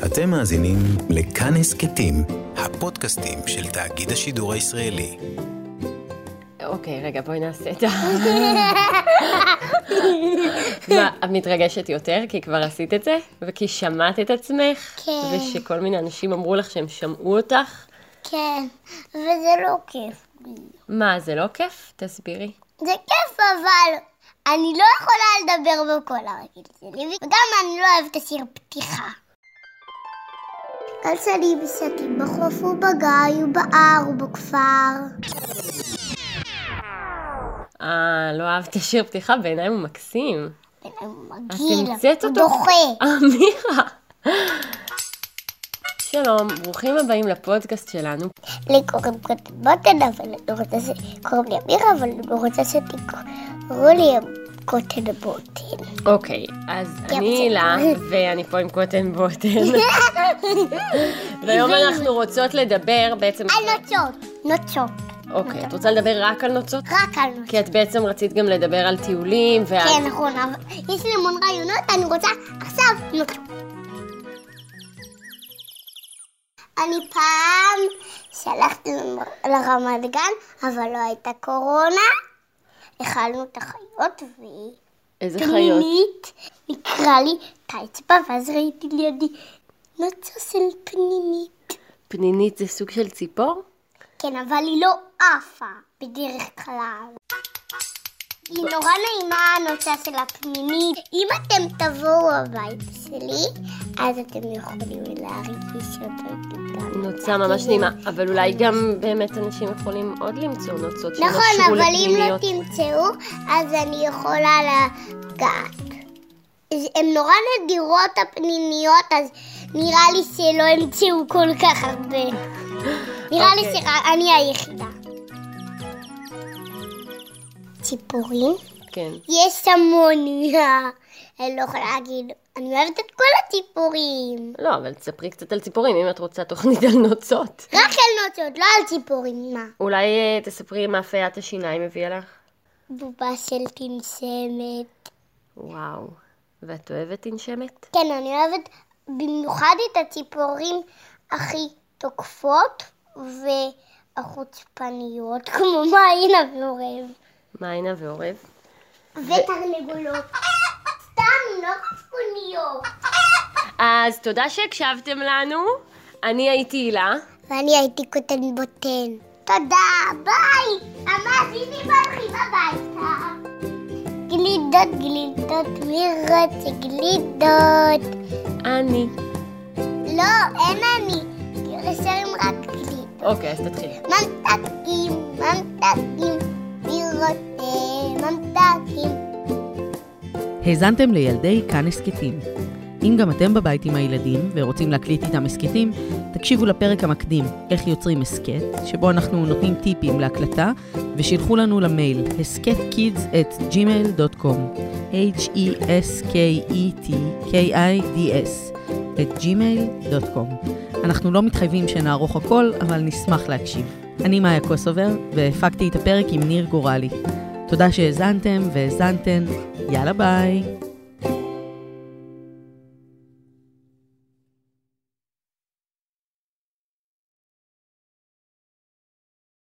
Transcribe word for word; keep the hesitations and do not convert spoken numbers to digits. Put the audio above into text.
אתם מאזינים לכאן הסכתים, הפודקאסטים של תאגיד השידור הישראלי. אוקיי, רגע, בואי נעשה את ה... מה, את מתרגשת יותר כי כבר עשית את זה? וכי שמעת את עצמך? כן. ושכל מיני אנשים אמרו לך שהם שמעו אותך? כן, וזה לא כיף. מה, זה לא כיף? תסבירי. זה כיף, אבל אני לא יכולה לדבר בקול הרגיל שלי, וגם אני לא אוהבת השיר פתיחה. גל שלי בשקים בחוף ובגיא ובער ובכפר. אה, לא אהבת השיר פתיחה, בעיניי הוא מקסים. בעיניי הוא מגעיל, הוא דוחה. אמירה. שלום, ברוכים הבאים לפודקאסט שלנו. לי קוראים קוטן בוטן, אבל אני רוצה ש... קוראים לי אמירה, אבל אני רוצה שתקראו לי קוטן בוטן. אוקיי, אז אני הילה, ואני פה עם קוטן בוטן. והיום אנחנו רוצות לדבר בעצם... על נוצות, נוצות. אוקיי, את רוצה לדבר רק על נוצות? רק על נוצות. כי את בעצם רצית גם לדבר על טיולים ועל... כן, נכון, אבל יש לי המון רעיונות, אני רוצה עכשיו נוצות. אני פעם שלחתי לרמת גן, אבל לא הייתה קורונה. אכלנו את החיות והיא... איזה חיות? פנינית, נקרא לי את האצבע, ואז ראיתי לידי נוצה של פנינית. פנינית זה סוג של ציפור? כן, אבל היא לא עפה בדרך כלל. היא נורא נעימה הנוצה של הפנינית. אם אתם תבואו הביתה שלי, אז אתם יכולים להרגיש אותה. נוצה ממש נעימה, אבל אולי גם באמת אנשים יכולים עוד למצוא נוצות נכון, שנשרו אבל אם לא לפנימיות. תמצאו, אז אני יכולה לגעת. הן נורא נדירות הפנימיות, אז נראה לי שלא ימצאו כל כך הרבה. נראה לי שאני היחידה. ציפורים? כן. יש המון, אני לא יכולה להגיד, אני אוהבת את כל הציפורים. לא, אבל תספרי קצת על ציפורים, אם את רוצה תוכנית על נוצות. רק על נוצות, לא על ציפורים, מה? אולי אה, תספרי מה פיית השיניים הביאה לך? בובה של תנשמת. וואו, ואת אוהבת תנשמת? כן, אני אוהבת במיוחד את הציפורים הכי תוקפות והחוצפניות, כמו מעינה ועורב. מעינה ועורב. ותרנגולות. סתם, לא חוצפניות. אז תודה שהקשבתם לנו. אני הייתי הילה. ואני הייתי קוטן בוטן. תודה, ביי! המאזינים הולכים הביתה. גלידות, גלידות, מי רוצה גלידות? אני. לא, אין אני. שרים רק גלידות. אוקיי, אז תתחיל. ממתקים, ממתקים, מי רוצה ממתקים. האזנתם לילדי כאן הסכתים. אם גם אתם בבית עם הילדים ורוצים להקליט איתם הסכתים, תקשיבו לפרק המקדים איך יוצרים הסכת, שבו אנחנו נותנים טיפים להקלטה, ושילחו לנו למייל הסכתקידס את ג'ימייל דוט קום h e s k e t k i d s את ג'ימייל דוט קום. אנחנו לא מתחייבים שנערוך הכל, אבל נשמח להקשיב. אני מאיה קוסובר, והפקתי את הפרק עם ניר גורלי. תודה שהאזנתם והאזנתן. יאללה ביי.